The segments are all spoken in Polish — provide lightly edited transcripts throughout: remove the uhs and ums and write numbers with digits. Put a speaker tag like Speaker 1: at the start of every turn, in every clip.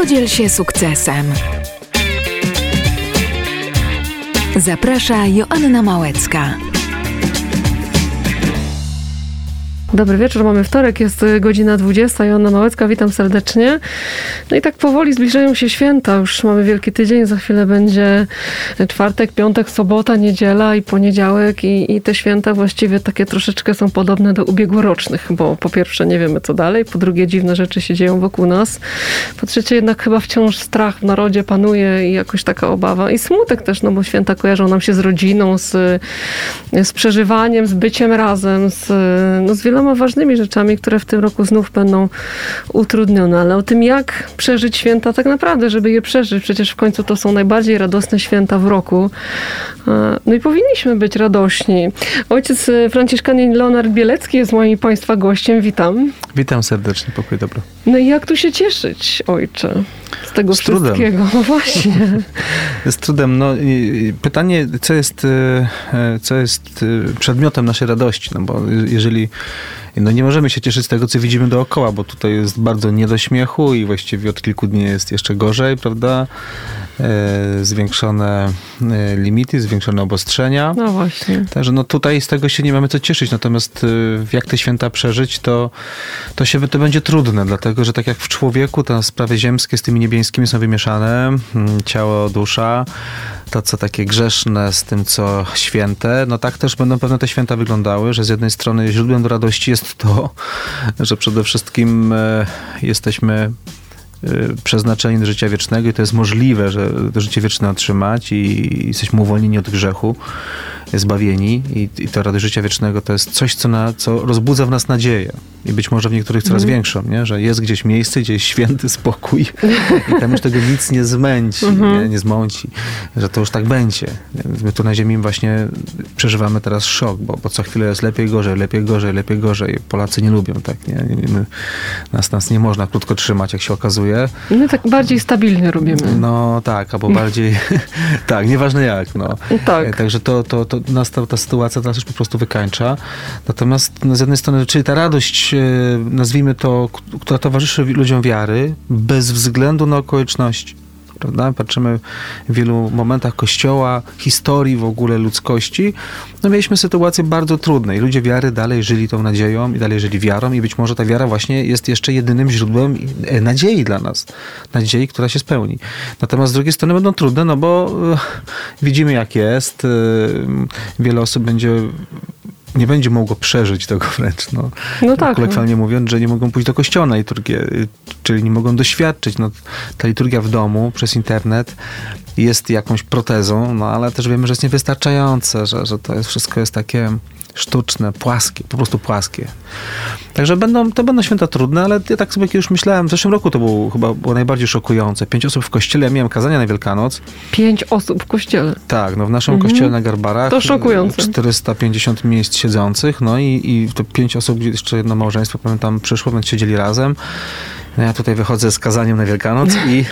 Speaker 1: Podziel się sukcesem. Zaprasza Joanna Małecka.
Speaker 2: Dobry wieczór, mamy wtorek, jest godzina 20. Joanna Małecka, witam serdecznie. No i tak powoli zbliżają się święta, już mamy Wielki Tydzień, za chwilę będzie czwartek, piątek, sobota, niedziela i poniedziałek i te święta właściwie takie troszeczkę są podobne do ubiegłorocznych, bo po pierwsze nie wiemy co dalej, po drugie dziwne rzeczy się dzieją wokół nas, po trzecie jednak chyba wciąż strach w narodzie panuje i jakoś taka obawa i smutek też, no bo święta kojarzą nam się z rodziną, z przeżywaniem, z byciem razem, z wieloma ważnymi rzeczami, które w tym roku znów będą utrudnione. Ale o tym, jak przeżyć święta tak naprawdę, żeby je przeżyć. Przecież w końcu to są najbardziej radosne święta w roku. No i powinniśmy być radośni. Ojciec franciszkanin Leonard Bielecki jest moim Państwa gościem. Witam.
Speaker 3: Witam serdecznie, pokój dobro.
Speaker 2: No i jak tu się cieszyć, ojcze, z tego wszystkiego? No właśnie.
Speaker 3: Z trudem. No, pytanie, co jest przedmiotem naszej radości? No bo jeżeli nie możemy się cieszyć z tego, co widzimy dookoła, bo tutaj jest bardzo nie do śmiechu i właściwie od kilku dni jest jeszcze gorzej, prawda? Zwiększone limity, zwiększone obostrzenia.
Speaker 2: No właśnie.
Speaker 3: Także tutaj z tego się nie mamy co cieszyć, natomiast jak te święta przeżyć, to będzie trudne, dlatego że tak jak w człowieku, te sprawy ziemskie z tymi niebieskimi są wymieszane, ciało, dusza, to co takie grzeszne z tym, co święte, no tak też będą pewne te święta wyglądały, że z jednej strony źródłem do radości jest to, że przede wszystkim jesteśmy przeznaczeni do życia wiecznego i to jest możliwe, że to życie wieczne otrzymać i jesteśmy uwolnieni od grzechu, zbawieni i to radość życia wiecznego to jest coś, co rozbudza w nas nadzieję i być może w niektórych coraz większą, nie? Że jest gdzieś miejsce, gdzie jest święty spokój i tam już tego nic nie zmęci, nie zmąci, że to już tak będzie. My tu na ziemi właśnie przeżywamy teraz szok, bo co chwilę jest lepiej, gorzej, lepiej, gorzej, lepiej, gorzej. Polacy nie lubią tak, nie? Nas nie można krótko trzymać, jak się okazuje.
Speaker 2: My tak bardziej stabilnie robimy.
Speaker 3: No tak, albo bardziej tak, nieważne jak, no.
Speaker 2: Tak.
Speaker 3: Także nas ta sytuacja teraz już po prostu wykańcza. Natomiast z jednej strony, czyli ta radość, nazwijmy to, która towarzyszy ludziom wiary, bez względu na okoliczności. Prawda? Patrzymy w wielu momentach Kościoła, historii w ogóle ludzkości. No mieliśmy sytuacje bardzo trudne i ludzie wiary dalej żyli tą nadzieją i dalej żyli wiarą i być może ta wiara właśnie jest jeszcze jedynym źródłem nadziei dla nas. Nadziei, która się spełni. Natomiast z drugiej strony będą trudne, no bo widzimy jak jest. Wiele osób nie będzie mogło przeżyć tego wręcz. No tak. Kolokwialnie mówiąc, że nie mogą pójść do kościoła na liturgię, czyli nie mogą doświadczyć. No, ta liturgia w domu przez internet jest jakąś protezą, no ale też wiemy, że jest niewystarczające, że to wszystko jest takie sztuczne, płaskie, po prostu płaskie. Także to będą święta trudne, ale ja tak sobie już myślałem, w zeszłym roku to było najbardziej szokujące. 5 osób w kościele, ja miałem kazania na Wielkanoc.
Speaker 2: 5 osób w kościele?
Speaker 3: Tak, w naszym kościele na Garbarach.
Speaker 2: To szokujące.
Speaker 3: 450 miejsc siedzących, no i to 5 osób, jeszcze jedno małżeństwo, pamiętam, przyszło, więc siedzieli razem. No ja tutaj wychodzę z kazaniem na Wielkanoc i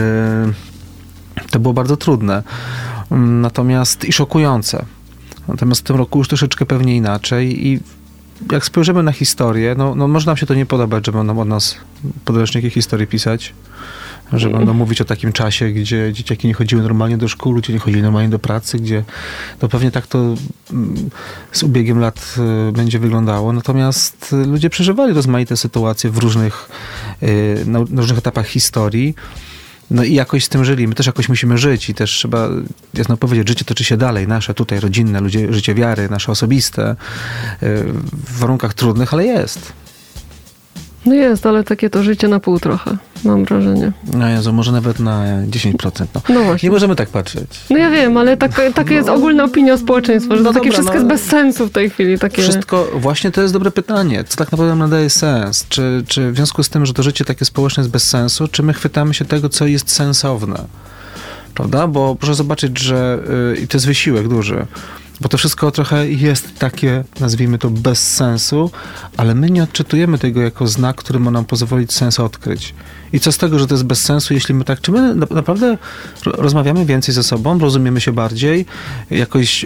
Speaker 3: to było bardzo trudne. Natomiast i szokujące. Natomiast w tym roku już troszeczkę pewnie inaczej i jak spojrzymy na historię, no może nam się to nie podobać, że będą od nas podręczniki historii pisać, że będą mówić o takim czasie, gdzie dzieciaki nie chodziły normalnie do szkół, ludzie nie chodzili normalnie do pracy, gdzie to pewnie tak to z ubiegiem lat będzie wyglądało. Natomiast ludzie przeżywali rozmaite sytuacje na różnych etapach historii. No i jakoś z tym żyli. My też jakoś musimy żyć i też trzeba jasno powiedzieć, życie toczy się dalej. Nasze tutaj rodzinne, życie wiary, nasze osobiste, w warunkach trudnych, ale jest.
Speaker 2: No jest, ale takie to życie na pół trochę, mam wrażenie.
Speaker 3: No Jezu, może nawet na 10%.
Speaker 2: No właśnie.
Speaker 3: Nie możemy tak patrzeć.
Speaker 2: No ja wiem, ale taka jest ogólna opinia społeczeństwa, że to takie wszystko jest bez sensu w tej chwili.
Speaker 3: Wszystko, właśnie to jest dobre pytanie. Co tak naprawdę nadaje sens? Czy w związku z tym, że to życie takie społeczne jest bez sensu, czy my chwytamy się tego, co jest sensowne? Prawda? Bo proszę zobaczyć, że i to jest wysiłek duży. Bo to wszystko trochę jest takie, nazwijmy to, bez sensu, ale my nie odczytujemy tego jako znak, który ma nam pozwolić sens odkryć. I co z tego, że to jest bez sensu, jeśli my tak, czy my naprawdę rozmawiamy więcej ze sobą, rozumiemy się bardziej, jakoś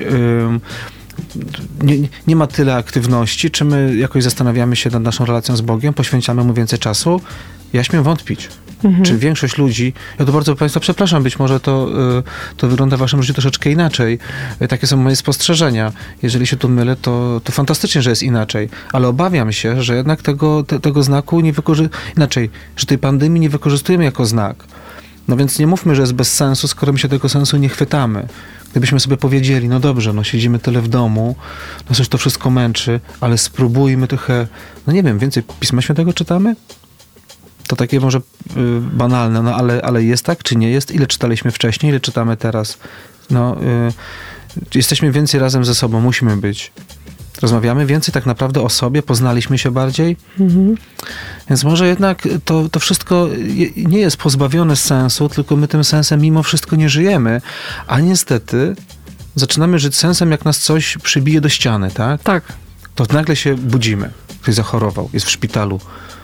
Speaker 3: nie ma tyle aktywności, czy my jakoś zastanawiamy się nad naszą relacją z Bogiem, poświęcamy mu więcej czasu? Ja śmiem wątpić. Czy większość ludzi, ja to bardzo Państwa przepraszam, być może to wygląda w waszym życiu troszeczkę inaczej. Takie są moje spostrzeżenia. Jeżeli się tu mylę, to fantastycznie, że jest inaczej. Ale obawiam się, że jednak tego znaku inaczej, że tej pandemii nie wykorzystujemy jako znak. No więc nie mówmy, że jest bez sensu, skoro my się tego sensu nie chwytamy. Gdybyśmy sobie powiedzieli, no dobrze, no siedzimy tyle w domu, no coś to wszystko męczy, ale spróbujmy trochę, no nie wiem, więcej Pisma Świętego czytamy? To takie może banalne, no ale jest tak, czy nie jest? Ile czytaliśmy wcześniej, ile czytamy teraz? No, jesteśmy więcej razem ze sobą, musimy być. Rozmawiamy więcej tak naprawdę o sobie, poznaliśmy się bardziej. Więc może jednak to wszystko nie jest pozbawione sensu, tylko my tym sensem mimo wszystko nie żyjemy. A niestety zaczynamy żyć sensem, jak nas coś przybije do ściany, tak?
Speaker 2: Tak.
Speaker 3: To nagle się budzimy. Ktoś zachorował, jest w szpitalu,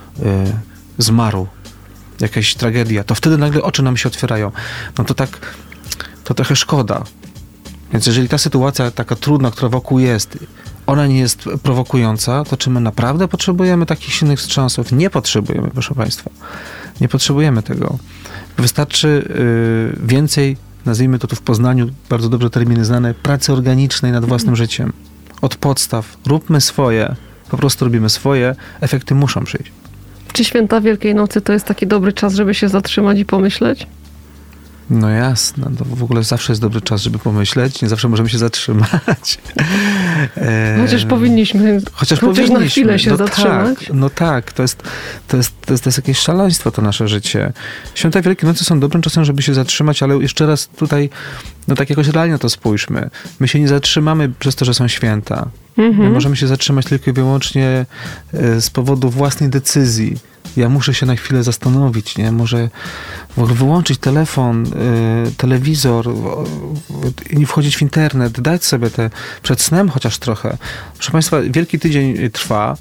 Speaker 3: zmarł, jakaś tragedia, to wtedy nagle oczy nam się otwierają. No to tak, to trochę szkoda. Więc jeżeli ta sytuacja taka trudna, która wokół jest, ona nie jest prowokująca, to czy my naprawdę potrzebujemy takich silnych wstrząsów? Nie potrzebujemy, proszę Państwa. Nie potrzebujemy tego. Wystarczy więcej, nazwijmy to tu w Poznaniu, bardzo dobrze terminy znane, pracy organicznej nad własnym życiem. Od podstaw. Róbmy swoje. Po prostu robimy swoje. Efekty muszą przyjść.
Speaker 2: Czy święta Wielkiej Nocy to jest taki dobry czas, żeby się zatrzymać i pomyśleć?
Speaker 3: No jasne, to w ogóle zawsze jest dobry czas, żeby pomyśleć. Nie zawsze możemy się zatrzymać.
Speaker 2: Chociaż powinniśmy. Chociaż na chwilę się zatrzymać.
Speaker 3: Tak, no tak, to jest jakieś szaleństwo to nasze życie. Święta Wielkiej Nocy są dobrym czasem, żeby się zatrzymać, ale jeszcze raz tutaj, no tak jakoś realnie to spójrzmy. My się nie zatrzymamy przez to, że są święta. My możemy się zatrzymać tylko i wyłącznie z powodu własnej decyzji. Ja muszę się na chwilę zastanowić, nie? Może w ogóle wyłączyć telefon, telewizor i nie wchodzić w internet, dać sobie przed snem chociaż trochę. Proszę Państwa, Wielki Tydzień trwa,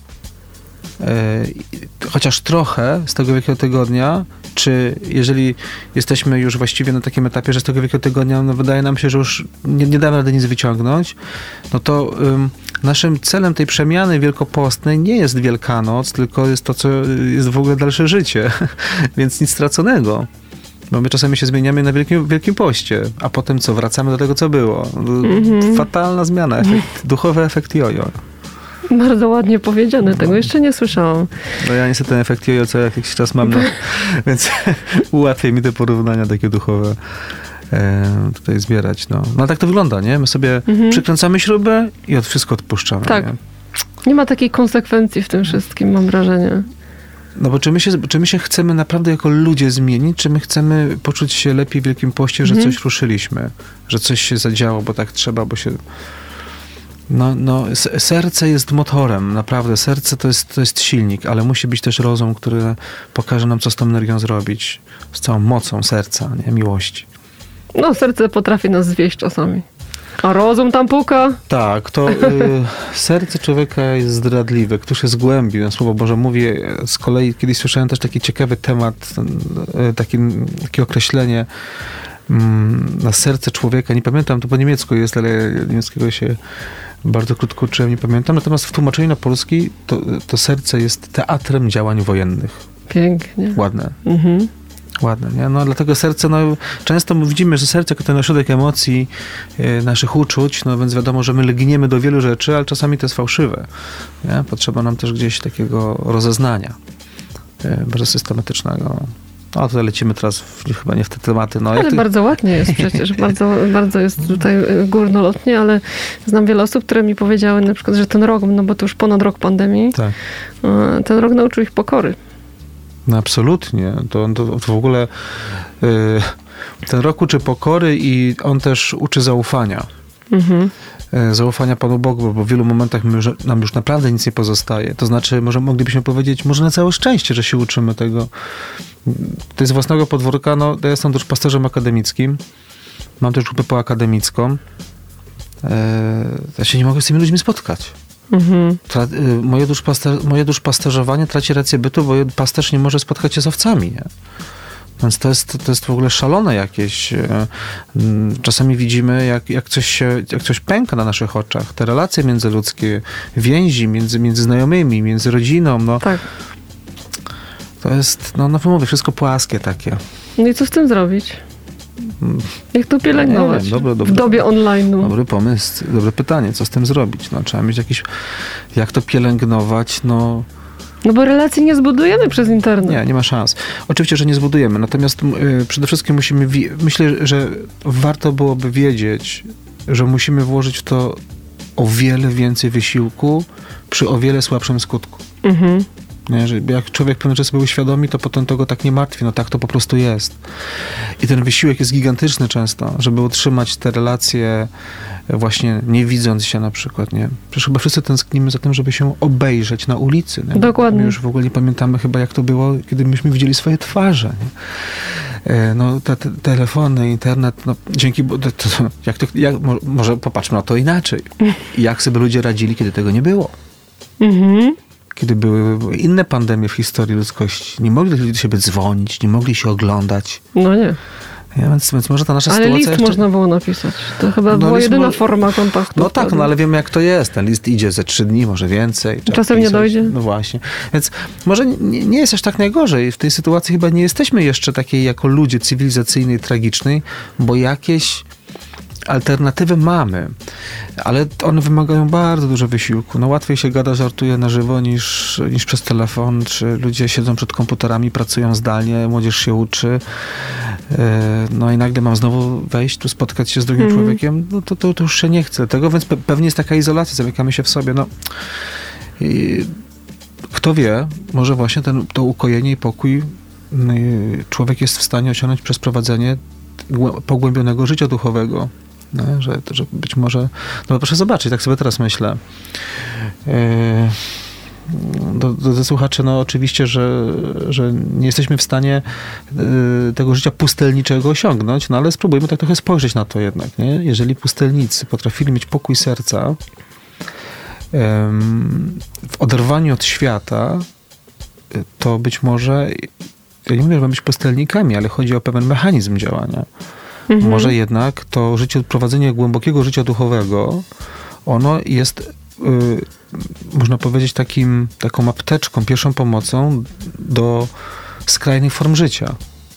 Speaker 3: chociaż trochę z tego Wielkiego Tygodnia, czy jeżeli jesteśmy już właściwie na takim etapie, że z tego Wielkiego Tygodnia no wydaje nam się, że już nie damy rady nic wyciągnąć, no to naszym celem tej przemiany wielkopostnej nie jest Wielkanoc, tylko jest to, co jest w ogóle dalsze życie. Więc nic straconego. Bo my czasami się zmieniamy na Wielkim Poście, a potem co? Wracamy do tego, co było. Fatalna zmiana. Duchowy efekt jojo.
Speaker 2: Bardzo ładnie powiedziane. Tego jeszcze nie słyszałam.
Speaker 3: No ja niestety ten efekt jojo co jakiś czas mam, więc ułatwiaj mi te porównania takie duchowe tutaj zbierać. No ale tak to wygląda, nie? My sobie przykręcamy śrubę i wszystko odpuszczamy.
Speaker 2: Tak. Nie ma takiej konsekwencji w tym wszystkim, mam wrażenie.
Speaker 3: No bo czy my się chcemy naprawdę jako ludzie zmienić, czy my chcemy poczuć się lepiej w Wielkim Poście, że coś ruszyliśmy, że coś się zadziało, bo tak trzeba, bo się... No, serce jest motorem, naprawdę. Serce to jest silnik, ale musi być też rozum, który pokaże nam, co z tą energią zrobić. Z całą mocą serca, nie? Miłości.
Speaker 2: No, serce potrafi nas zwieść czasami. A rozum tam puka? Tak,
Speaker 3: to serce człowieka jest zdradliwe. Któż jest głębi? Na Słowo Boże mówi. Z kolei kiedyś słyszałem też taki ciekawy temat, takie określenie na serce człowieka. Nie pamiętam, to po niemiecku jest, ale niemieckiego się bardzo krótko uczyłem, nie pamiętam. Natomiast w tłumaczeniu na polski to serce jest teatrem działań wojennych.
Speaker 2: Pięknie.
Speaker 3: Ładne. Ładne, nie? No dlatego serce, no często widzimy, że serce jako ten ośrodek emocji, naszych uczuć, no więc wiadomo, że my lgniemy do wielu rzeczy, ale czasami to jest fałszywe. Nie? Potrzeba nam też gdzieś takiego rozeznania bardzo systematycznego. No, tutaj lecimy teraz chyba nie w te tematy. No,
Speaker 2: ale bardzo ładnie jest przecież. Bardzo, bardzo jest tutaj górnolotnie, ale znam wiele osób, które mi powiedziały na przykład, że ten rok, no bo to już ponad rok pandemii,
Speaker 3: tak.
Speaker 2: Ten rok nauczył ich pokory.
Speaker 3: No absolutnie. To w ogóle ten rok uczy pokory i on też uczy zaufania. Zaufania Panu Bogu, bo w wielu momentach nam już naprawdę nic nie pozostaje. To znaczy, może moglibyśmy powiedzieć, może na całe szczęście, że się uczymy tego. To jest z własnego podwórka. No, ja jestem też pasterzem akademickim. Mam też grupę poakademicką. Ja się nie mogę z tymi ludźmi spotkać. Moje duszpasterzowanie traci rację bytu, bo pasterz nie może spotkać się z owcami. Nie? Więc to jest w ogóle szalone jakieś. Czasami widzimy, jak coś pęka na naszych oczach. Te relacje międzyludzkie, więzi między znajomymi, między rodziną. No.
Speaker 2: Tak.
Speaker 3: To jest, no mówię, wszystko płaskie takie.
Speaker 2: No i co z tym zrobić? Jak to pielęgnować w dobie online?
Speaker 3: Dobry pomysł, dobre pytanie, co z tym zrobić? No, trzeba mieć jakieś, jak to pielęgnować, no
Speaker 2: bo relacji nie zbudujemy przez internet.
Speaker 3: Nie ma szans. Oczywiście, że nie zbudujemy, natomiast przede wszystkim myślę, że warto byłoby wiedzieć, że musimy włożyć w to o wiele więcej wysiłku przy o wiele słabszym skutku. Mhm. Nie, że jak człowiek pewne rzeczy sobie uświadomi, to potem to go tak nie martwi. No tak to po prostu jest. I ten wysiłek jest gigantyczny często, żeby utrzymać te relacje właśnie nie widząc się na przykład, nie? Przecież chyba wszyscy tęsknimy za tym, żeby się obejrzeć na ulicy. Nie?
Speaker 2: Dokładnie.
Speaker 3: My już w ogóle nie pamiętamy chyba, jak to było, kiedy myśmy widzieli swoje twarze. Nie? No, te telefony, internet, no, dzięki... może popatrzmy na to inaczej. Jak sobie ludzie radzili, kiedy tego nie było? Mhm. Kiedy były inne pandemie w historii ludzkości. Nie mogli ludzie do siebie dzwonić, nie mogli się oglądać.
Speaker 2: No nie.
Speaker 3: Więc może ta nasza
Speaker 2: sytuacja
Speaker 3: list
Speaker 2: jeszcze... można było napisać. To chyba była jedyna forma kontaktu.
Speaker 3: No tak, ale wiemy, jak to jest. Ten list idzie ze 3 dni, może więcej.
Speaker 2: Czasem nie dojdzie.
Speaker 3: No właśnie. Więc może nie jest aż tak najgorzej. W tej sytuacji chyba nie jesteśmy jeszcze takiej jako ludzie cywilizacyjnej, tragicznej, bo jakieś alternatywy mamy, ale one wymagają bardzo dużo wysiłku. No łatwiej się gada, żartuje na żywo niż przez telefon, czy ludzie siedzą przed komputerami, pracują zdalnie, młodzież się uczy. No i nagle mam znowu wejść, tu spotkać się z drugim człowiekiem, no to już się nie chce tego, więc pewnie jest taka izolacja, zamykamy się w sobie. No. I kto wie, może właśnie to ukojenie i pokój człowiek jest w stanie osiągnąć przez prowadzenie pogłębionego życia duchowego. No, że być może... No proszę zobaczyć, tak sobie teraz myślę. Do słuchaczy, no oczywiście, że nie jesteśmy w stanie tego życia pustelniczego osiągnąć, no ale spróbujmy tak trochę spojrzeć na to jednak, nie? Jeżeli pustelnicy potrafili mieć pokój serca w oderwaniu od świata, to być może, ja nie mówię, że mamy być pustelnikami, ale chodzi o pewien mechanizm działania. Mhm. Może jednak to prowadzenie głębokiego życia duchowego, ono jest, można powiedzieć, taką apteczką, pierwszą pomocą do skrajnych form życia.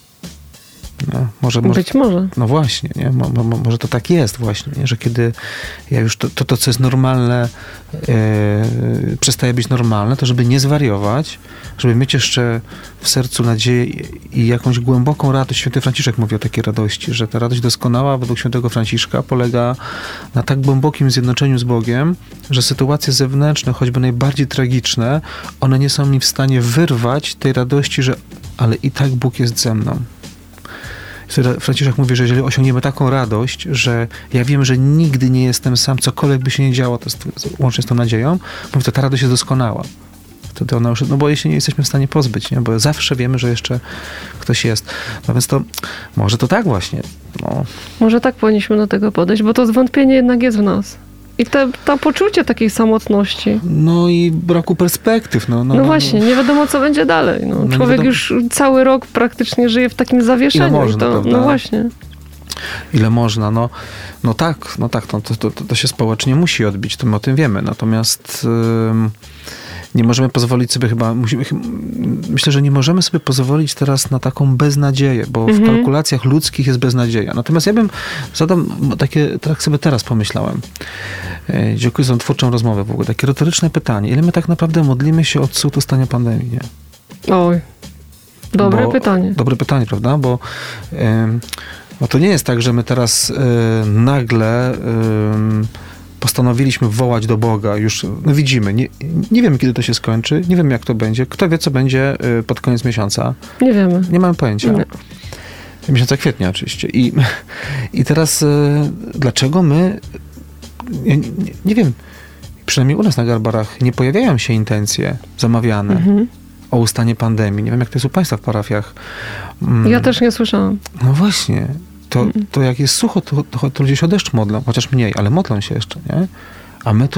Speaker 3: Nie?
Speaker 2: Być może.
Speaker 3: No właśnie, nie? Może to tak jest właśnie, nie? Że kiedy ja już to co jest normalne, przestaje być normalne, to żeby nie zwariować, żeby mieć jeszcze w sercu nadzieję i jakąś głęboką radość. Święty Franciszek mówi o takiej radości, że ta radość doskonała według świętego Franciszka polega na tak głębokim zjednoczeniu z Bogiem, że sytuacje zewnętrzne, choćby najbardziej tragiczne, one nie są mi w stanie wyrwać tej radości, że ale i tak Bóg jest ze mną. Franciszek mówi, że jeżeli osiągniemy taką radość, że ja wiem, że nigdy nie jestem sam, cokolwiek by się nie działo, to łącznie z tą nadzieją, mówi, to ta radość jest doskonała. Wtedy ona już, no bo jej się nie jesteśmy w stanie pozbyć, nie? Bo zawsze wiemy, że jeszcze ktoś jest. No więc to, może to tak właśnie. No.
Speaker 2: Może tak powinniśmy do tego podejść, bo to zwątpienie jednak jest w nas. I to poczucie takiej samotności.
Speaker 3: No i braku perspektyw. No
Speaker 2: właśnie, nie wiadomo, co będzie dalej. No, człowiek już cały rok praktycznie żyje w takim zawieszeniu.
Speaker 3: Ile można,
Speaker 2: no właśnie.
Speaker 3: Ile można, no tak, to się społecznie musi odbić, to my o tym wiemy. Natomiast nie możemy pozwolić sobie myślę, że nie możemy sobie pozwolić teraz na taką beznadzieję, bo w kalkulacjach ludzkich jest beznadzieja. Natomiast ja bym zadam tak sobie teraz pomyślałem. Dziękuję za tą twórczą rozmowę w ogóle. Takie retoryczne pytanie. Ile my tak naprawdę modlimy się od cud ustania pandemii, nie?
Speaker 2: Oj, dobre pytanie.
Speaker 3: Dobre pytanie, prawda? Bo to nie jest tak, że my teraz nagle postanowiliśmy wołać do Boga. Już widzimy. Nie wiemy, kiedy to się skończy. Nie wiemy, jak to będzie. Kto wie, co będzie pod koniec miesiąca.
Speaker 2: Nie wiemy.
Speaker 3: Nie mamy pojęcia. Nie. Miesiąca kwietnia oczywiście. I teraz dlaczego my nie wiem, przynajmniej u nas na Garbarach nie pojawiają się intencje zamawiane o ustanie pandemii. Nie wiem, jak to jest u państwa w parafiach.
Speaker 2: Ja też nie słyszałam.
Speaker 3: No właśnie. To jak jest sucho, to ludzie się o deszcz modlą, chociaż mniej, ale modlą się jeszcze, nie? A my tu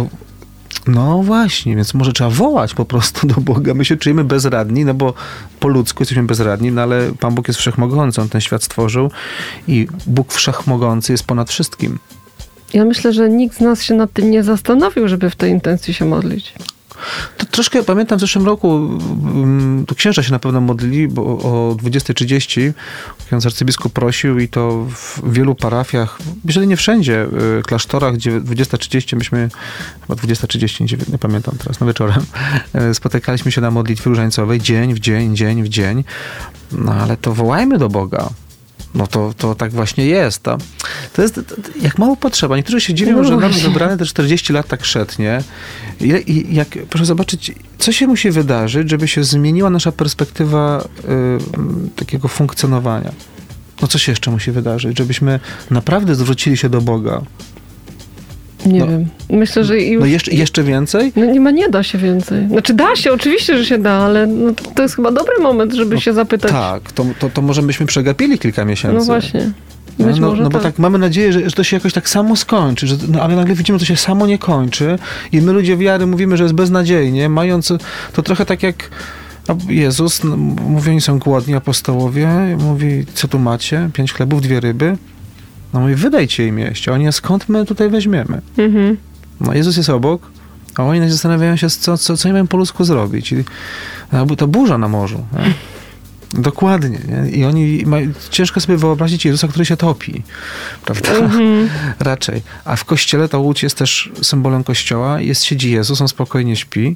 Speaker 3: no właśnie, więc może trzeba wołać po prostu do Boga. My się czujemy bezradni, no bo po ludzku jesteśmy bezradni, no ale Pan Bóg jest wszechmogący, On ten świat stworzył i Bóg wszechmogący jest ponad wszystkim.
Speaker 2: Ja myślę, że nikt z nas się nad tym nie zastanowił, żeby w tej intencji się modlić.
Speaker 3: To troszkę pamiętam w zeszłym roku, tu księża się na pewno modlili, bo o 20:30 ksiądz arcybiskup prosił i to w wielu parafiach, jeżeli nie wszędzie, klasztorach, gdzie 20:30 myśmy, chyba 20:30, nie pamiętam teraz, wieczorem, spotykaliśmy się na modlitwie różańcowej dzień w dzień, no ale to wołajmy do Boga. No to tak właśnie jest. To jest jak mało potrzeba. Niektórzy się dziwią, że mamy wybrane te 40 lat tak szetnie. I jak, proszę zobaczyć, co się musi wydarzyć, żeby się zmieniła nasza perspektywa takiego funkcjonowania. No co się jeszcze musi wydarzyć? Żebyśmy naprawdę zwrócili się do Boga.
Speaker 2: Nie wiem. Myślę, że już...
Speaker 3: No jeszcze więcej?
Speaker 2: No nie da się więcej. Znaczy da się, oczywiście, że się da, ale to jest chyba dobry moment, żeby się zapytać.
Speaker 3: Tak, to może byśmy przegapili kilka miesięcy.
Speaker 2: No właśnie.
Speaker 3: Bo tak mamy nadzieję, że to się jakoś tak samo skończy, ale nagle widzimy, że to się samo nie kończy i my ludzie wiary mówimy, że jest beznadziejnie, mając to trochę tak jak Jezus mówi, oni są głodni, apostołowie, mówi, co tu macie? 5 chlebów, 2 ryby. No mówi, wydajcie im jeść. A oni, a skąd my tutaj weźmiemy? Mhm. No Jezus jest obok, a oni zastanawiają się, co nie mają po ludzku zrobić. I to burza na morzu. Nie? Dokładnie. Nie? I oni ciężko sobie wyobrazić Jezusa, który się topi. Prawda? Raczej. A w kościele ta łódź jest też symbolem kościoła. Siedzi Jezus, on spokojnie śpi.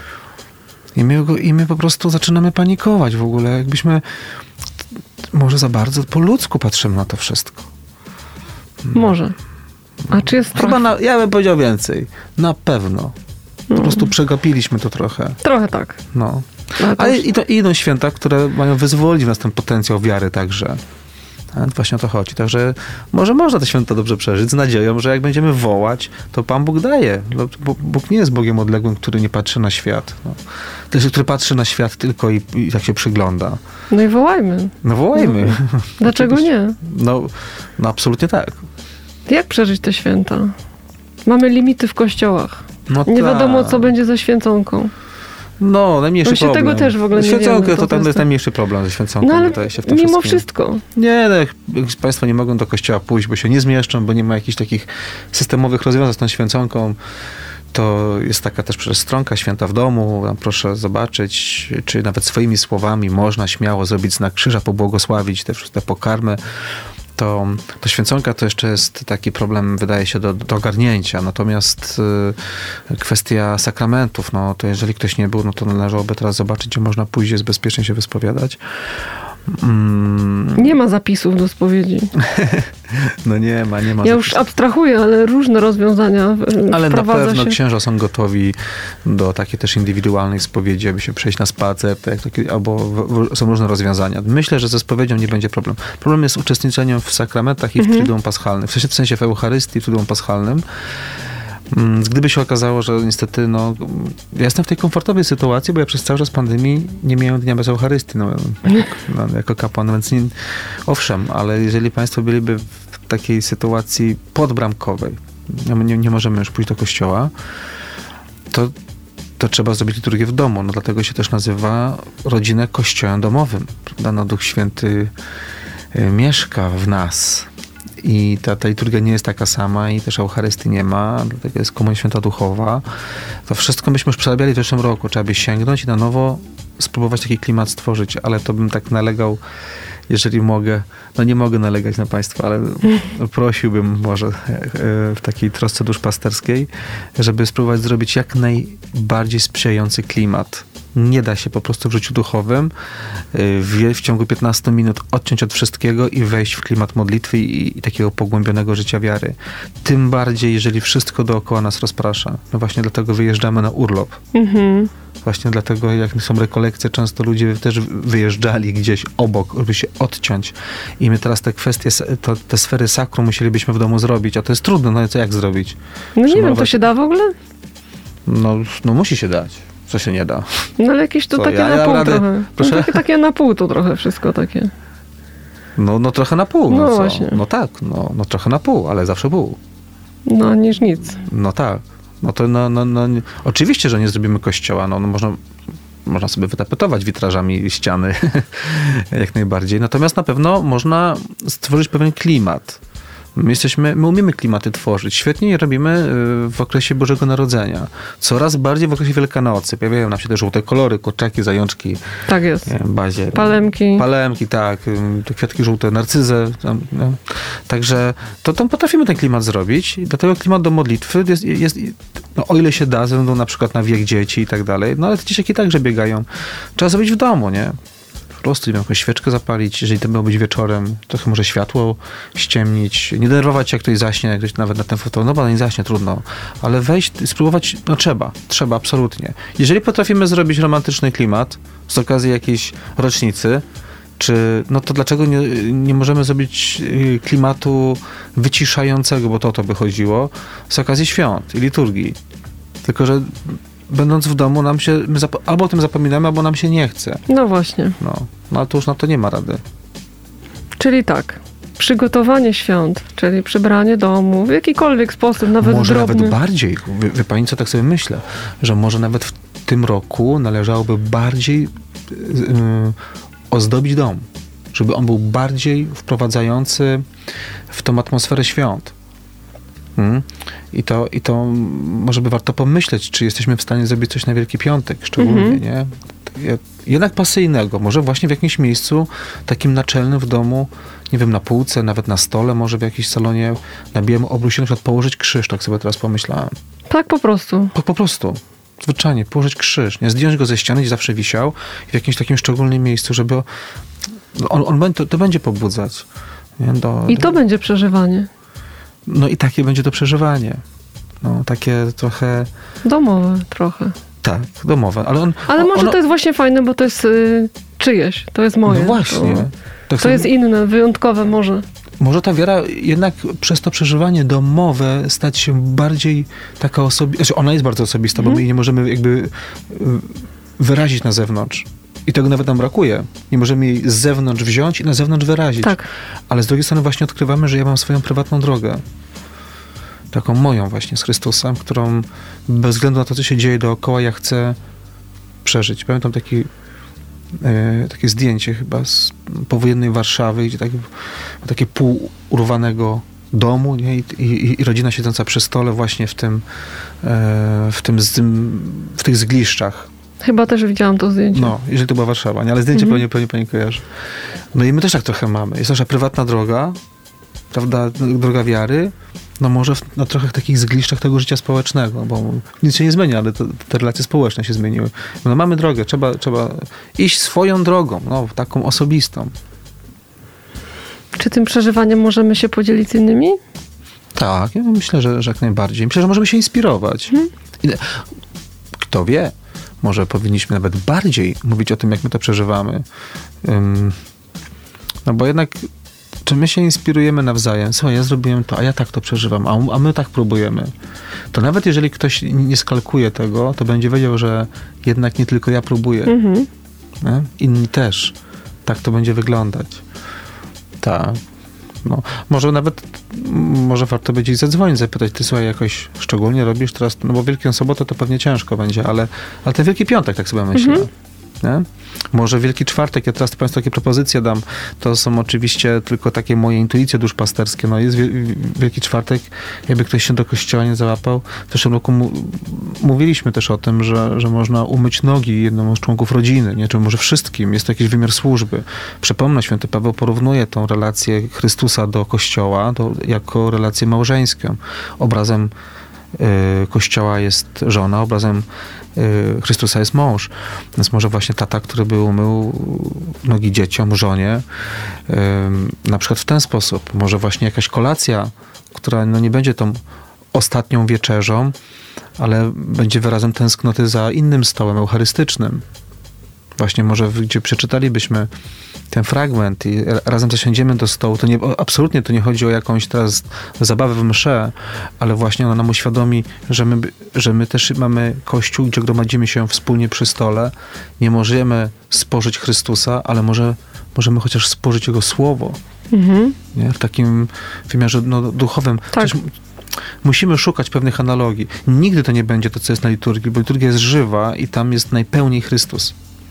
Speaker 3: I my po prostu zaczynamy panikować w ogóle. Jakbyśmy może za bardzo po ludzku patrzymy na to wszystko.
Speaker 2: Może. A czy jest
Speaker 3: Chyba ja bym powiedział więcej. Na pewno. Po prostu przegapiliśmy to trochę.
Speaker 2: Trochę tak.
Speaker 3: No. Ale idą święta, które mają wyzwolić w nas ten potencjał wiary także. A właśnie o to chodzi. Także może można te święta dobrze przeżyć z nadzieją, że jak będziemy wołać, to Pan Bóg daje. No, Bóg nie jest Bogiem odległym, który nie patrzy na świat. No. To jest, który patrzy na świat tylko i tak się przygląda.
Speaker 2: No i wołajmy.
Speaker 3: No wołajmy.
Speaker 2: No. Dlaczego nie?
Speaker 3: No absolutnie tak.
Speaker 2: Jak przeżyć te święta? Mamy limity w kościołach.
Speaker 3: No
Speaker 2: nie wiadomo, co będzie ze święconką.
Speaker 3: No, najmniejszy problem.
Speaker 2: Tego też w ogóle nie
Speaker 3: Święconkę
Speaker 2: wiemy,
Speaker 3: to tam jest najmniejszy problem ze święconką.
Speaker 2: No ale
Speaker 3: wydaje się w tym
Speaker 2: mimo
Speaker 3: wszystkim.
Speaker 2: wszystko.
Speaker 3: Nie, no, jak Państwo nie mogą do kościoła pójść, bo się nie zmieszczą, bo nie ma jakichś takich systemowych rozwiązań z tą święconką, to jest taka też przecież stronka Święta w domu. Tam proszę zobaczyć, czy nawet swoimi słowami można śmiało zrobić znak krzyża, pobłogosławić te wszystkie pokarmy. To święconka to jeszcze jest taki problem, wydaje się, do ogarnięcia. Natomiast kwestia sakramentów, no to jeżeli ktoś nie był, no to należałoby teraz zobaczyć, gdzie można pójść, jest bezpiecznie się wyspowiadać.
Speaker 2: Nie ma zapisów do spowiedzi.
Speaker 3: No nie ma.
Speaker 2: Ja już abstrahuję, ale różne rozwiązania
Speaker 3: ale na pewno
Speaker 2: się.
Speaker 3: księża są gotowi do takiej też indywidualnej spowiedzi, aby się przejść na spacer, albo są różne rozwiązania. Myślę, że ze spowiedzią nie będzie problem. Problem jest z uczestniczeniem w sakramentach i w Triduum Paschalnym. W sensie w Eucharystii, w Triduum Paschalnym. Gdyby się okazało, że niestety, ja jestem w tej komfortowej sytuacji, bo ja przez cały czas pandemii nie miałem dnia bez Eucharystii, jako kapłan, więc owszem, ale jeżeli Państwo byliby w takiej sytuacji podbramkowej, nie możemy już pójść do kościoła, to trzeba zrobić liturgię w domu. No dlatego się też nazywa rodzinę kościołem domowym. Prawda? No, Duch Święty mieszka w nas. I ta liturgia nie jest taka sama i też Eucharystii nie ma, dlatego jest Komunia Święta Duchowa. To wszystko myśmy już przerabiali w zeszłym roku. Trzeba by sięgnąć i na nowo spróbować taki klimat stworzyć, ale to bym tak nalegał, jeżeli mogę. No nie mogę nalegać na Państwa, ale prosiłbym może w takiej trosce duszpasterskiej, żeby spróbować zrobić jak najbardziej sprzyjający klimat. Nie da się po prostu w życiu duchowym w ciągu 15 minut odciąć od wszystkiego i wejść w klimat modlitwy i takiego pogłębionego życia wiary. Tym bardziej, jeżeli wszystko dookoła nas rozprasza. No właśnie dlatego wyjeżdżamy na urlop. Właśnie dlatego, jak są rekolekcje, często ludzie też wyjeżdżali gdzieś obok, żeby się odciąć. I my teraz te kwestie, te sfery sakrum musielibyśmy w domu zrobić, a to jest trudne, no i co jak zrobić?
Speaker 2: No nie wiem, to się da w ogóle?
Speaker 3: No musi się dać. Co się nie da.
Speaker 2: No ale jakieś to takie na pół trochę. Proszę? No, takie na pół to trochę wszystko takie.
Speaker 3: No trochę na pół.
Speaker 2: No właśnie.
Speaker 3: No tak, no trochę na pół, ale zawsze pół.
Speaker 2: No niż nic.
Speaker 3: No tak. No to oczywiście, że nie zrobimy kościoła. No można sobie wytapetować witrażami ściany jak najbardziej. Natomiast na pewno można stworzyć pewien klimat. My umiemy klimaty tworzyć. Świetnie je robimy w okresie Bożego Narodzenia. Coraz bardziej w okresie Wielkanocy. Pojawiają nam się te żółte kolory, kurczaki, zajączki.
Speaker 2: Tak jest.
Speaker 3: Bazie.
Speaker 2: Palemki,
Speaker 3: tak. Te kwiatki żółte, narcyzę. No. Także to potrafimy ten klimat zrobić. I dlatego klimat do modlitwy jest no, o ile się da, ze względu na przykład na wiek dzieci i tak dalej. No ale te dzieciaki także biegają. Trzeba zrobić w domu, nie? Po prostu jakąś świeczkę zapalić, jeżeli to miało być wieczorem, trochę może światło ściemnić, nie denerwować się, jak ktoś zaśnie, jak ktoś nawet na ten fotel, no bo nie zaśnie, trudno, ale wejść, spróbować, no trzeba, absolutnie. Jeżeli potrafimy zrobić romantyczny klimat z okazji jakiejś rocznicy, no to dlaczego nie możemy zrobić klimatu wyciszającego, bo to o to by chodziło, z okazji świąt i liturgii. Tylko że będąc w domu, albo o tym zapominamy, albo nam się nie chce.
Speaker 2: No właśnie.
Speaker 3: No ale to już na to nie ma rady.
Speaker 2: Czyli tak, przygotowanie świąt, czyli przybranie domu w jakikolwiek sposób, nawet
Speaker 3: może
Speaker 2: drobny.
Speaker 3: Nawet bardziej. Wie pani, co tak sobie myślę? Że może nawet w tym roku należałoby bardziej ozdobić dom. Żeby on był bardziej wprowadzający w tą atmosferę świąt. I to może by warto pomyśleć, czy jesteśmy w stanie zrobić coś na Wielki Piątek, szczególnie, nie? Jednak pasyjnego, może właśnie w jakimś miejscu takim naczelnym w domu, nie wiem, na półce, nawet na stole, może w jakimś salonie na białym obrusie na przykład położyć krzyż, tak sobie teraz pomyślałem.
Speaker 2: Tak po prostu.
Speaker 3: Po prostu. Zwyczajnie, położyć krzyż, nie? Zdjąć go ze ściany, gdzie zawsze wisiał i w jakimś takim szczególnym miejscu, żeby to będzie pobudzać. Nie?
Speaker 2: To będzie przeżywanie.
Speaker 3: No i takie będzie to przeżywanie. No, takie trochę...
Speaker 2: Domowe trochę.
Speaker 3: Tak, domowe.
Speaker 2: Ale może to jest właśnie fajne, bo to jest czyjeś. To jest moje.
Speaker 3: No właśnie.
Speaker 2: To jest inne, wyjątkowe może.
Speaker 3: Może ta wiara jednak przez to przeżywanie domowe stać się bardziej taka osobista. Znaczy ona jest bardzo osobista, bo my jej nie możemy jakby wyrazić na zewnątrz. I tego nawet nam brakuje. Nie możemy jej z zewnątrz wziąć i na zewnątrz wyrazić.
Speaker 2: Tak.
Speaker 3: Ale z drugiej strony właśnie odkrywamy, że ja mam swoją prywatną drogę. Taką moją właśnie z Chrystusem, którą bez względu na to, co się dzieje dookoła, ja chcę przeżyć. Pamiętam takie zdjęcie chyba z powojennej Warszawy, gdzie takie pół urwanego domu, nie? I rodzina siedząca przy stole właśnie w tych zgliszczach.
Speaker 2: Chyba też widziałam to zdjęcie.
Speaker 3: No, jeżeli to była Warszawa, nie? Ale zdjęcie pewnie pani kojarzy. No i my też tak trochę mamy. Jest nasza prywatna droga, prawda, droga wiary, no może na trochę takich zgliszczach tego życia społecznego, bo nic się nie zmienia, ale te relacje społeczne się zmieniły. No mamy drogę, trzeba iść swoją drogą, no, taką osobistą.
Speaker 2: Czy tym przeżywaniem możemy się podzielić z innymi?
Speaker 3: Tak, ja myślę, że jak najbardziej. Myślę, że możemy się inspirować. Kto wie, może powinniśmy nawet bardziej mówić o tym, jak my to przeżywamy. No bo jednak czy my się inspirujemy nawzajem? Słuchaj, ja zrobiłem to, a ja tak to przeżywam, a my tak próbujemy. To nawet jeżeli ktoś nie skalkuje tego, to będzie wiedział, że jednak nie tylko ja próbuję. Nie? Inni też. Tak to będzie wyglądać. Tak. No, może warto będzie zadzwonić, zapytać, ty słuchaj, jakoś szczególnie robisz teraz, no bo Wielką Sobotę to pewnie ciężko będzie, ale ten Wielki Piątek, tak sobie myślę. Nie? Może Wielki Czwartek, ja teraz Państwu takie propozycje dam, to są oczywiście tylko takie moje intuicje duszpasterskie, no jest Wielki Czwartek, jakby ktoś się do kościoła nie załapał. W zeszłym roku mówiliśmy też o tym, że można umyć nogi jednemu z członków rodziny, nie? Czy może wszystkim, jest to jakiś wymiar służby. Przypomnę, święty Paweł porównuje tą relację Chrystusa do Kościoła jako relację małżeńską. Obrazem Kościoła jest żona, obrazem Chrystusa jest mąż. Więc może właśnie tata, który by umył nogi dzieciom, żonie, na przykład w ten sposób. Może właśnie jakaś kolacja, która no nie będzie tą ostatnią wieczerzą, ale będzie wyrazem tęsknoty za innym stołem eucharystycznym. Właśnie może gdzie przeczytalibyśmy ten fragment i razem zasiądziemy do stołu, absolutnie to nie chodzi o jakąś teraz zabawę w mszę, ale właśnie ona nam uświadomi, że my też mamy Kościół, gdzie gromadzimy się wspólnie przy stole. Nie możemy spożyć Chrystusa, ale możemy chociaż spożyć Jego Słowo. Nie? W takim wymiarze duchowym.
Speaker 2: Tak.
Speaker 3: Musimy szukać pewnych analogii. Nigdy to nie będzie to, co jest na liturgii, bo liturgia jest żywa i tam jest najpełniej Chrystus.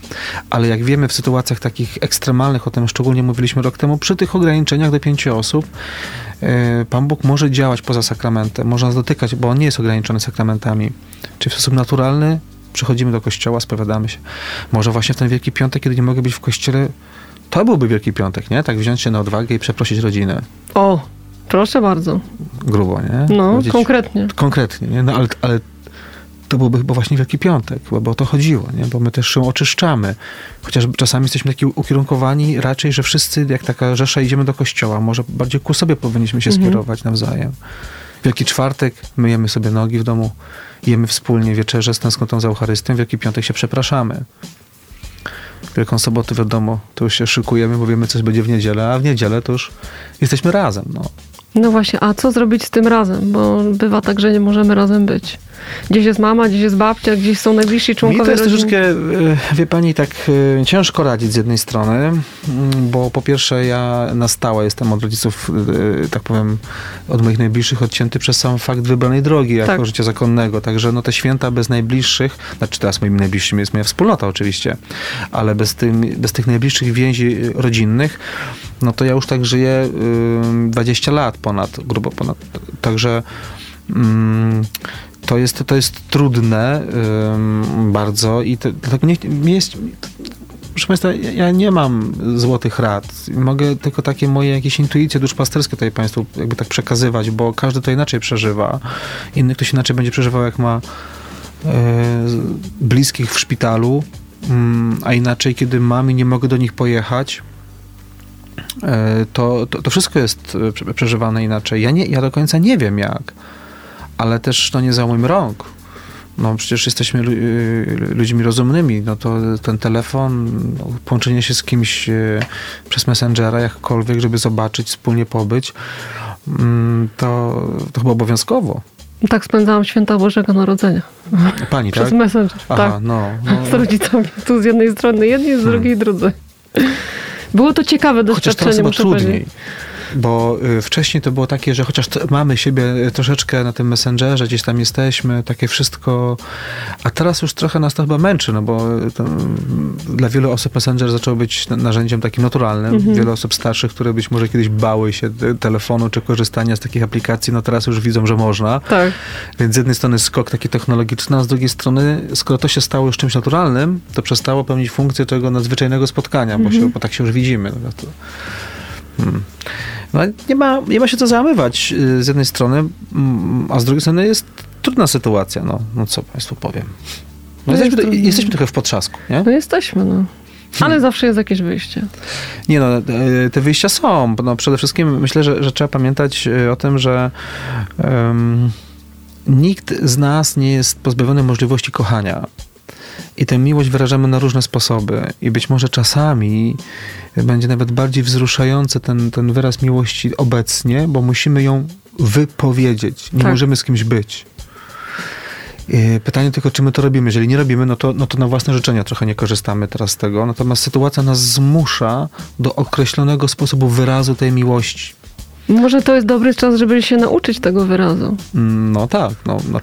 Speaker 3: Ale jak wiemy w sytuacjach takich ekstremalnych, o tym szczególnie mówiliśmy rok temu, przy tych ograniczeniach do 5 osób, Pan Bóg może działać poza sakramentem, może nas dotykać, bo On nie jest ograniczony sakramentami. Czyli w sposób naturalny przychodzimy do kościoła, spowiadamy się. Może właśnie w ten Wielki Piątek, kiedy nie mogę być w kościele, to byłby Wielki Piątek, nie? Tak wziąć się na odwagę i przeprosić rodzinę.
Speaker 2: O, proszę bardzo.
Speaker 3: Grubo, nie?
Speaker 2: No,
Speaker 3: konkretnie. Konkretnie, nie? No, ale to byłby chyba właśnie Wielki Piątek, bo o to chodziło, nie? Bo my też się oczyszczamy. Chociaż czasami jesteśmy taki ukierunkowani raczej, że wszyscy jak taka rzesza idziemy do kościoła. Może bardziej ku sobie powinniśmy się skierować nawzajem. Wielki Czwartek myjemy sobie nogi w domu, jemy wspólnie wieczerzę z tęsknotą za Eucharystią. Wielki Piątek się przepraszamy. Wielką Sobotę, wiadomo, to już się szykujemy, bo wiemy, coś będzie w niedzielę, a w niedzielę to już jesteśmy razem, no.
Speaker 2: No właśnie, a co zrobić z tym razem? Bo bywa tak, że nie możemy razem być. Gdzieś jest mama, gdzieś jest babcia, gdzieś są najbliżsi członkowie rodziny.
Speaker 3: Mi to jest troszeczkę, wie pani, tak ciężko radzić z jednej strony, bo po pierwsze ja na stałe jestem od rodziców, tak powiem, od moich najbliższych odcięty przez sam fakt wybranej drogi jako życia zakonnego. Także no te święta bez najbliższych, znaczy teraz moimi najbliższymi jest moja wspólnota oczywiście, ale bez tych najbliższych więzi rodzinnych, no to ja już tak żyję 20 lat grubo ponad. Także to jest trudne bardzo i dlatego nie jest... Proszę Państwa, ja nie mam złotych rad. Mogę tylko takie moje jakieś intuicje duszpasterskie tutaj Państwu jakby tak przekazywać, bo każdy to inaczej przeżywa. Inny ktoś inaczej będzie przeżywał, jak ma bliskich w szpitalu, a inaczej, kiedy mam i nie mogę do nich pojechać. To wszystko jest przeżywane inaczej. Ja do końca nie wiem jak, ale też nie załamujmy rąk. No przecież jesteśmy ludźmi rozumnymi, no to ten telefon, połączenie się z kimś przez Messengera, jakkolwiek, żeby zobaczyć, wspólnie pobyć, to chyba obowiązkowo.
Speaker 2: Tak spędzałam święta Bożego Narodzenia.
Speaker 3: Pani,
Speaker 2: przez
Speaker 3: tak?
Speaker 2: Messenger,
Speaker 3: Aha,
Speaker 2: tak.
Speaker 3: No.
Speaker 2: Z rodzicami. Tu z jednej strony jedni, z drugiej drudzy. Było to ciekawe doświadczenie,
Speaker 3: chociaż teraz
Speaker 2: muszę
Speaker 3: trudniej.
Speaker 2: powiedzieć.
Speaker 3: Bo wcześniej to było takie, że chociaż mamy siebie troszeczkę na tym Messengerze, gdzieś tam jesteśmy, takie wszystko, a teraz już trochę nas to chyba męczy, no bo dla wielu osób Messenger zaczął być narzędziem takim naturalnym. Wiele osób starszych, które być może kiedyś bały się telefonu czy korzystania z takich aplikacji, no teraz już widzą, że można. Tak. Więc z jednej strony skok taki technologiczny, a z drugiej strony, skoro to się stało już czymś naturalnym, to przestało pełnić funkcję tego nadzwyczajnego spotkania, bo tak się już widzimy. No, nie ma się co załamywać z jednej strony, a z drugiej strony jest trudna sytuacja. No co Państwu powiem. No jesteśmy trochę w potrzasku, nie?
Speaker 2: No jesteśmy, no. Ale zawsze jest jakieś wyjście.
Speaker 3: Nie no, te wyjścia są. No, przede wszystkim myślę, że trzeba pamiętać o tym, że nikt z nas nie jest pozbawiony możliwości kochania. I tę miłość wyrażamy na różne sposoby. I być może czasami będzie nawet bardziej wzruszający ten wyraz miłości obecnie, bo musimy ją wypowiedzieć. Nie możemy z kimś być. Pytanie tylko, czy my to robimy. Jeżeli nie robimy, no to na własne życzenia trochę nie korzystamy teraz z tego. Natomiast sytuacja nas zmusza do określonego sposobu wyrazu tej miłości.
Speaker 2: Może to jest dobry czas, żeby się nauczyć tego wyrazu.
Speaker 3: No tak.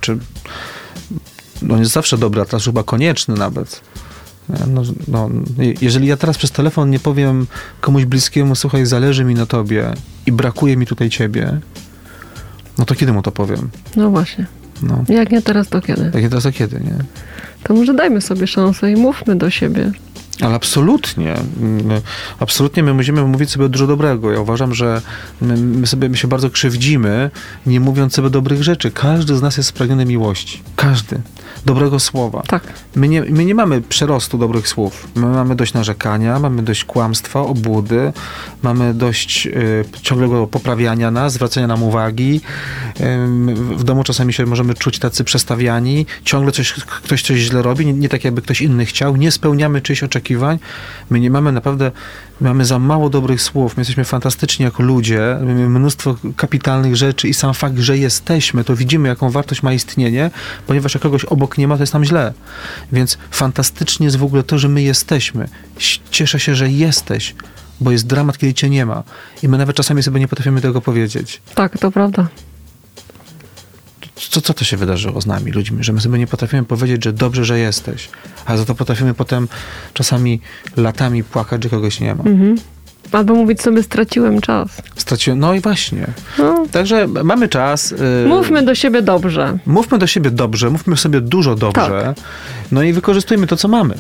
Speaker 3: No jest zawsze dobry, a teraz chyba konieczny nawet. Jeżeli ja teraz przez telefon nie powiem komuś bliskiemu, słuchaj, zależy mi na tobie i brakuje mi tutaj ciebie, no to kiedy mu to powiem?
Speaker 2: No właśnie. No. Jak nie teraz, to kiedy?
Speaker 3: Jak nie teraz, to kiedy, nie?
Speaker 2: To może dajmy sobie szansę i mówmy do siebie.
Speaker 3: Ale absolutnie. Absolutnie my musimy mówić sobie dużo dobrego. Ja uważam, że my się bardzo krzywdzimy, nie mówiąc sobie dobrych rzeczy. Każdy z nas jest spragniony miłości. Każdy. Dobrego słowa.
Speaker 2: Tak.
Speaker 3: My nie mamy przerostu dobrych słów. My mamy dość narzekania, mamy dość kłamstwa, obłudy, mamy dość ciągłego poprawiania nas, zwracania nam uwagi. W domu czasami się możemy czuć tacy przestawiani. Ciągle ktoś coś źle robi, nie tak jakby ktoś inny chciał. Nie spełniamy czyichś oczekiwań. My nie mamy naprawdę... Mamy za mało dobrych słów. My jesteśmy fantastyczni jako ludzie. Mamy mnóstwo kapitalnych rzeczy i sam fakt, że jesteśmy, to widzimy, jaką wartość ma istnienie, ponieważ jak kogoś obok nie ma, to jest nam źle. Więc fantastycznie jest w ogóle to, że my jesteśmy. Cieszę się, że jesteś, bo jest dramat, kiedy cię nie ma. I my nawet czasami sobie nie potrafimy tego powiedzieć.
Speaker 2: Tak, to prawda.
Speaker 3: Co to się wydarzyło z nami, ludźmi, że my sobie nie potrafimy powiedzieć, że dobrze, że jesteś, a za to potrafimy potem czasami latami płakać, że kogoś nie ma.
Speaker 2: Albo mówić sobie, straciłem czas.
Speaker 3: No i właśnie.
Speaker 2: No.
Speaker 3: Także mamy czas.
Speaker 2: Mówmy do siebie dobrze.
Speaker 3: Mówmy do siebie dobrze, mówmy sobie dużo dobrze. Tak. No i wykorzystujmy to, co mamy.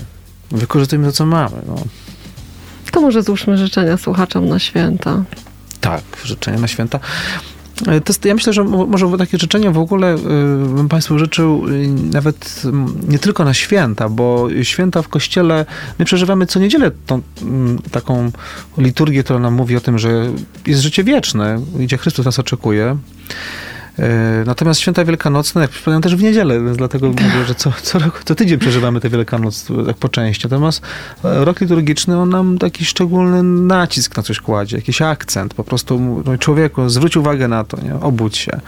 Speaker 3: No.
Speaker 2: To może złóżmy życzenia słuchaczom na święta.
Speaker 3: Tak, życzenia na święta. Ja myślę, że może takie życzenia w ogóle bym Państwu życzył nawet nie tylko na święta, bo święta w Kościele, my przeżywamy co niedzielę tą taką liturgię, która nam mówi o tym, że jest życie wieczne, gdzie Chrystus nas oczekuje. Natomiast święta wielkanocne przypadają też w niedzielę, więc dlatego mówię, że co tydzień przeżywamy tę Wielkanoc tak po części. Natomiast rok liturgiczny, on nam taki szczególny nacisk na coś kładzie, jakiś akcent. Po prostu człowieku, zwróć uwagę na to, nie? Obudź się.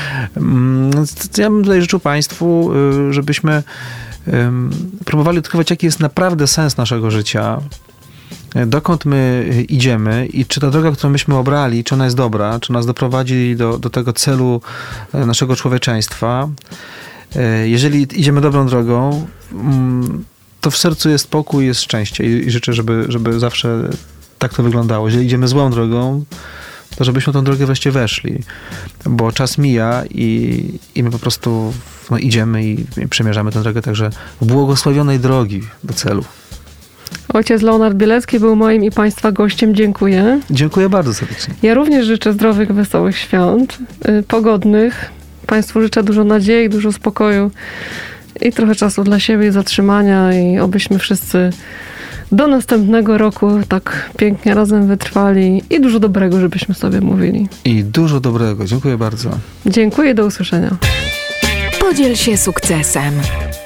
Speaker 3: Ja bym tutaj życzył Państwu, żebyśmy próbowali odkrywać, jaki jest naprawdę sens naszego życia, dokąd my idziemy i czy ta droga, którą myśmy obrali, czy ona jest dobra, czy nas doprowadzi do tego celu naszego człowieczeństwa. Jeżeli idziemy dobrą drogą, to w sercu jest spokój, jest szczęście i życzę, żeby zawsze tak to wyglądało. Jeżeli idziemy złą drogą, to żebyśmy tą drogę wreszcie weszli, bo czas mija i my po prostu idziemy i przemierzamy tę drogę, także błogosławionej drogi do celu.
Speaker 2: Ojciec Leonard Bielecki był moim i Państwa gościem. Dziękuję.
Speaker 3: Dziękuję bardzo serdecznie.
Speaker 2: Ja również życzę zdrowych, wesołych świąt, pogodnych. Państwu życzę dużo nadziei, dużo spokoju i trochę czasu dla siebie, zatrzymania i obyśmy wszyscy do następnego roku tak pięknie razem wytrwali i dużo dobrego, żebyśmy sobie mówili.
Speaker 3: I dużo dobrego. Dziękuję bardzo.
Speaker 2: Dziękuję, do usłyszenia.
Speaker 1: Podziel się sukcesem.